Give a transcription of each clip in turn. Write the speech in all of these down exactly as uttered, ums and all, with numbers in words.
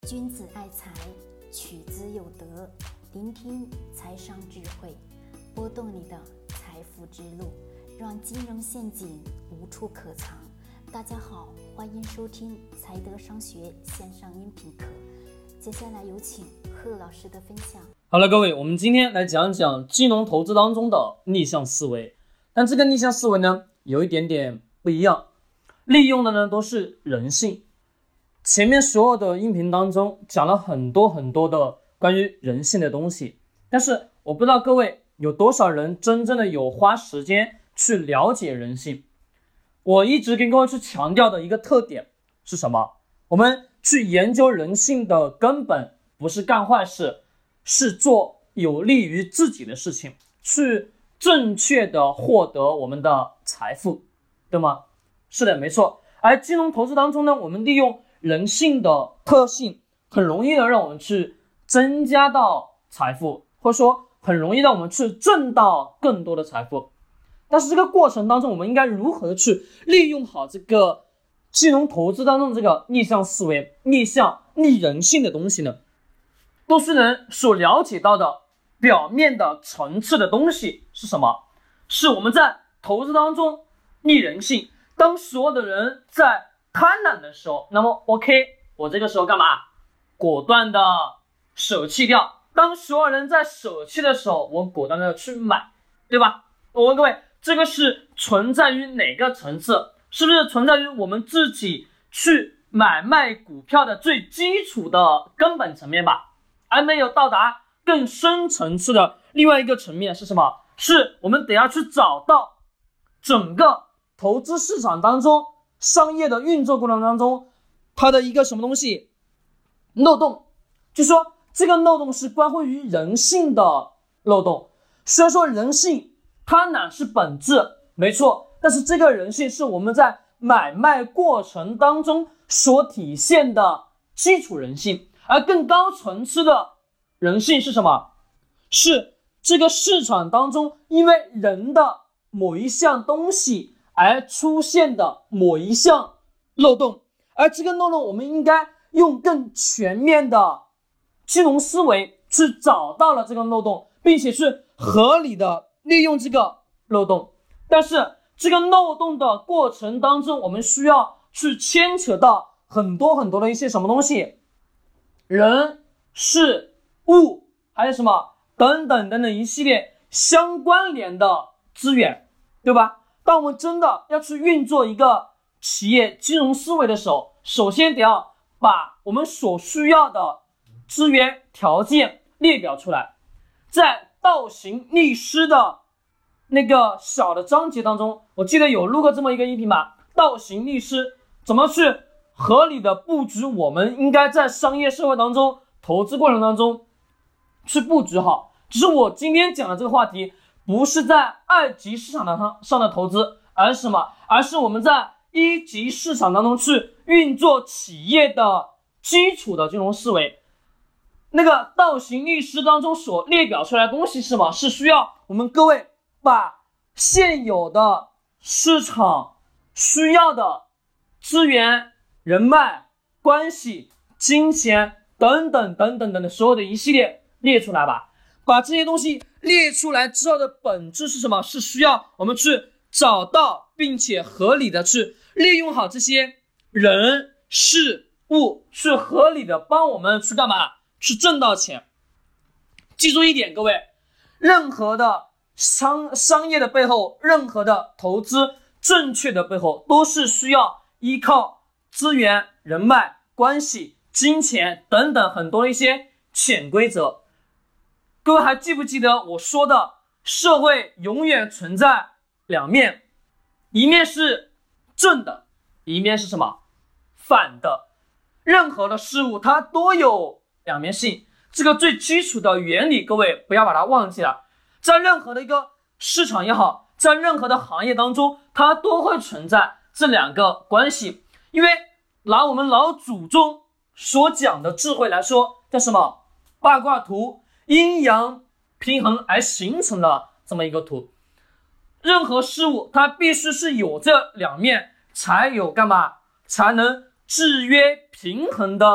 君子爱财，取之有德。聆听财商智慧，拨动你的财富之路，让金融陷阱无处可藏。大家好，欢迎收听财德商学线上音频课。接下来有请贺老师的分享。 好了，各位，我们今天来讲讲金融投资当中的逆向思维。但这个逆向思维呢，有一点点不一样，利用的呢都是人性。前面所有的音频当中讲了很多很多的关于人性的东西，但是我不知道各位有多少人真正的有花时间去了解人性。我一直跟各位去强调的一个特点是什么？我们去研究人性的根本不是干坏事，是做有利于自己的事情，去正确的获得我们的财富，对吗？是的，没错。而金融投资当中呢，我们利用人性的特性，很容易的让我们去增加到财富，或者说很容易让我们去挣到更多的财富。但是这个过程当中，我们应该如何去利用好这个金融投资当中的这个逆向思维、逆向逆人性的东西呢？多数人所了解到的表面的层次的东西是什么？是我们在投资当中逆人性。当所有的人在贪婪的时候，那么 OK， 我这个时候干嘛？果断的舍弃掉。当所有人在舍弃的时候，我果断的去买，对吧？我问各位，这个是存在于哪个层次？是不是存在于我们自己去买卖股票的最基础的根本层面吧？而没有到达更深层次的另外一个层面是什么？是我们得要去找到整个投资市场当中商业的运作过程当中它的一个什么东西漏洞，就是说这个漏洞是关乎于人性的漏洞。虽然说人性贪婪是本质，没错，但是这个人性是我们在买卖过程当中所体现的基础人性。而更高层次的人性是什么？是这个市场当中因为人的某一项东西而出现的某一项漏洞，而这个漏洞我们应该用更全面的金融思维去找到了这个漏洞，并且去合理的利用这个漏洞。但是这个漏洞的过程当中，我们需要去牵扯到很多很多的一些什么东西，人、事、物，还有什么等等等等一系列相关联的资源，对吧？当我们真的要去运作一个企业金融思维的时候，首先得要把我们所需要的资源条件列表出来。在倒行逆施的那个小的章节当中，我记得有录过这么一个音频吧，倒行逆施怎么去合理的布局我们应该在商业社会当中投资过程当中去布局好。只是我今天讲的这个话题不是在二级市场上的投资，而是什么？而是我们在一级市场当中去运作企业的基础的金融思维。那个倒行逆施当中所列表出来的东西是什么？是需要我们各位把现有的市场需要的资源、人脉、关系、金钱等等等等等的所有的一系列列出来吧。把这些东西列出来之后的本质是什么？是需要我们去找到并且合理的去利用好这些人、事、物，去合理的帮我们去干嘛？去挣到钱。记住一点，各位，任何的商商业的背后，任何的投资正确的背后，都是需要依靠资源、人脉、关系、金钱等等很多一些潜规则。各位还记不记得我说的社会永远存在两面，一面是正的，一面是什么？反的。任何的事物它都有两面性，这个最基础的原理各位不要把它忘记了。在任何的一个市场也好，在任何的行业当中，它都会存在这两个关系。因为拿我们老祖宗所讲的智慧来说，叫什么？八卦图，阴阳平衡而形成了这么一个图。任何事物它必须是有这两面，才有干嘛？才能制约平衡的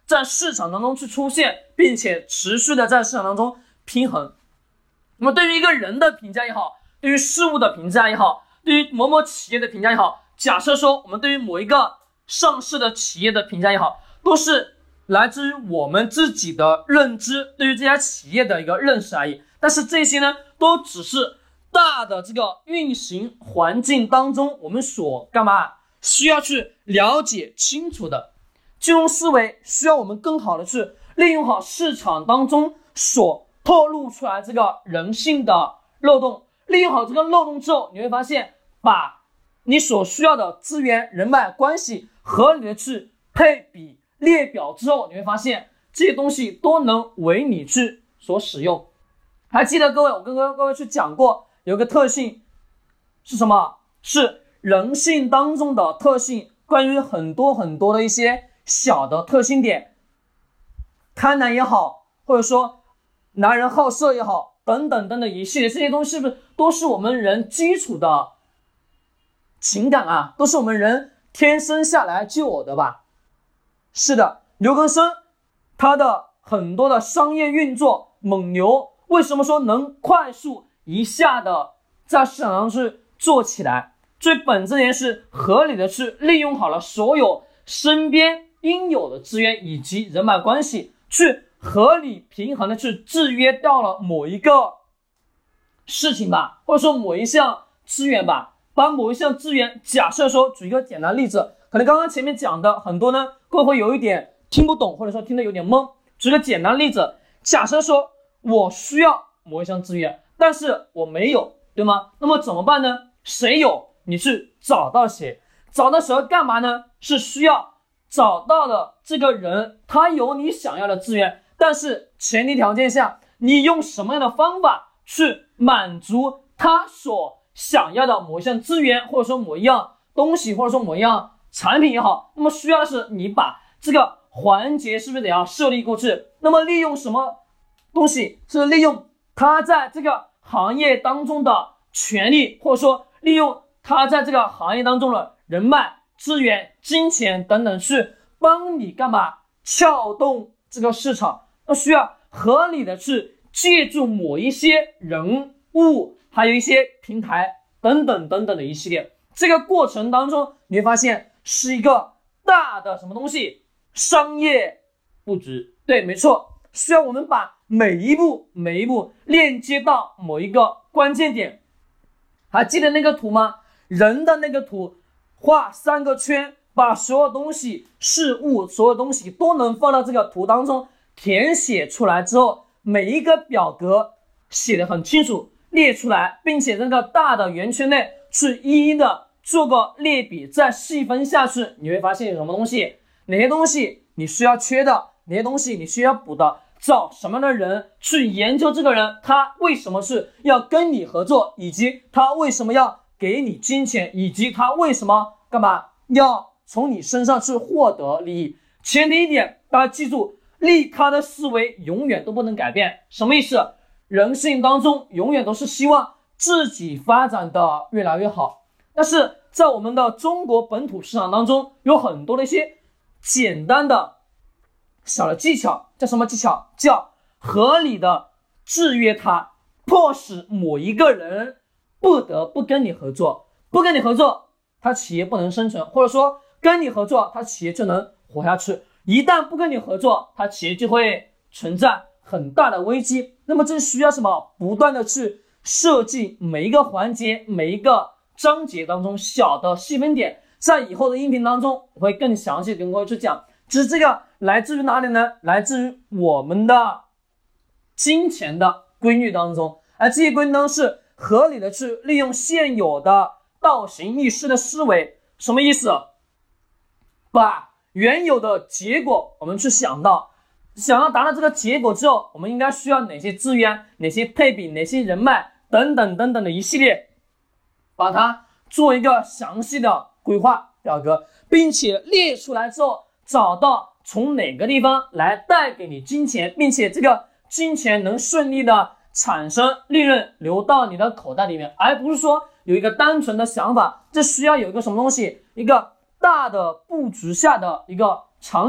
在市场当中去出现，并且持续的在市场当中平衡。那么对于一个人的评价也好，对于事物的评价也好，对于某某企业的评价也好，假设说我们对于某一个上市的企业的评价也好，都是来自于我们自己的认知，对于这家企业的一个认识而已。但是这些呢，都只是大的这个运行环境当中我们所干嘛需要去了解清楚的。金融思维需要我们更好的去利用好市场当中所透露出来这个人性的漏洞，利用好这个漏洞之后，你会发现把你所需要的资源、人脉关系合理的去配比列表之后，你会发现这些东西都能为你去所使用。还记得各位，我跟各位去讲过，有个特性是什么？是人性当中的特性，关于很多很多的一些小的特性点，贪婪也好，或者说男人好色也好，等等等等一系列这些东西，是不是都是我们人基础的情感啊？都是我们人天生下来就有的吧？是的，刘根生他的很多的商业运作蒙牛，为什么说能快速一下的在市场上去做起来？最本质也是合理的去利用好了所有身边应有的资源以及人脉关系，去合理平衡的去制约掉了某一个事情吧，或者说某一项资源吧。把某一项资源，假设说举一个简单例子，可能刚刚前面讲的很多呢，各位会有一点听不懂，或者说听得有点懵。举个简单例子，假设说我需要某一项资源，但是我没有，对吗？那么怎么办呢？谁有，你去找到谁。找到谁要干嘛呢？是需要找到的这个人，他有你想要的资源，但是前提条件下，你用什么样的方法去满足他所想要的某一项资源，或者说某一样东西，或者说某一样产品也好，那么需要的是你把这个环节是不是得要设立过去？那么利用什么东西？是利用他在这个行业当中的权利，或者说利用他在这个行业当中的人脉、资源、金钱等等，去帮你干嘛？撬动这个市场。那需要合理的去借助某一些人物，还有一些平台等等等等的一系列。这个过程当中，你会发现是一个大的什么东西？商业布局。对，没错，需要我们把每一步每一步链接到某一个关键点。还记得那个图吗？人的那个图，画三个圈，把所有东西、事物、所有东西都能放到这个图当中，填写出来之后，每一个表格写得很清楚，列出来，并且这个大的圆圈内去一一的做个列比，再细分下去，你会发现有什么东西，哪些东西你需要缺的，哪些东西你需要补的，找什么样的人去研究这个人，他为什么是要跟你合作，以及他为什么要给你金钱，以及他为什么干嘛要从你身上去获得利益。前提一点，大家记住，利他的思维永远都不能改变。什么意思？人性当中永远都是希望自己发展的越来越好，但是在我们的中国本土市场当中，有很多的一些简单的小的技巧，叫什么技巧？叫合理的制约他，迫使某一个人不得不跟你合作，不跟你合作，他企业不能生存，或者说跟你合作，他企业就能活下去。一旦不跟你合作，他企业就会存在很大的危机。那么这需要什么？不断的去设计每一个环节、每一个章节当中小的细分点，在以后的音频当中我会更详细跟各位去讲。只是这个来自于哪里呢？来自于我们的金钱的规律当中，而这些规律呢是合理的去利用现有的倒行逆施的思维。什么意思？把原有的结果我们去想到，想要达到这个结果之后，我们应该需要哪些资源、哪些配比、哪些人脉等等等等的一系列，把它做一个详细的规划表格，并且列出来之后，找到从哪个地方来带给你金钱，并且这个金钱能顺利的产生利润流到你的口袋里面，而不是说有一个单纯的想法。这需要有一个什么东西，一个大的布局下的一个场景，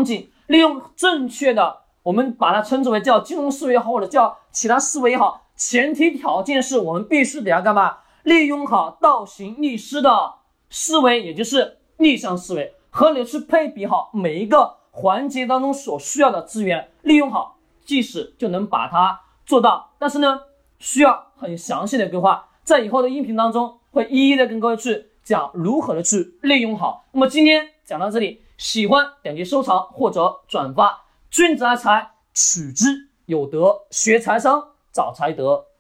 利用正确的，我们把它称之为叫金融思维也好，或者叫其他思维也好，前提条件是我们必须得要干嘛？利用好倒行逆施的思维，也就是逆向思维，合理的去配比好每一个环节当中所需要的资源，利用好，即使就能把它做到。但是呢，需要很详细的规划，在以后的音频当中会一一的跟各位去讲如何的去利用好。那么今天讲到这里，喜欢点击收藏或者转发。君子爱财，取之有德，学财商，找财德。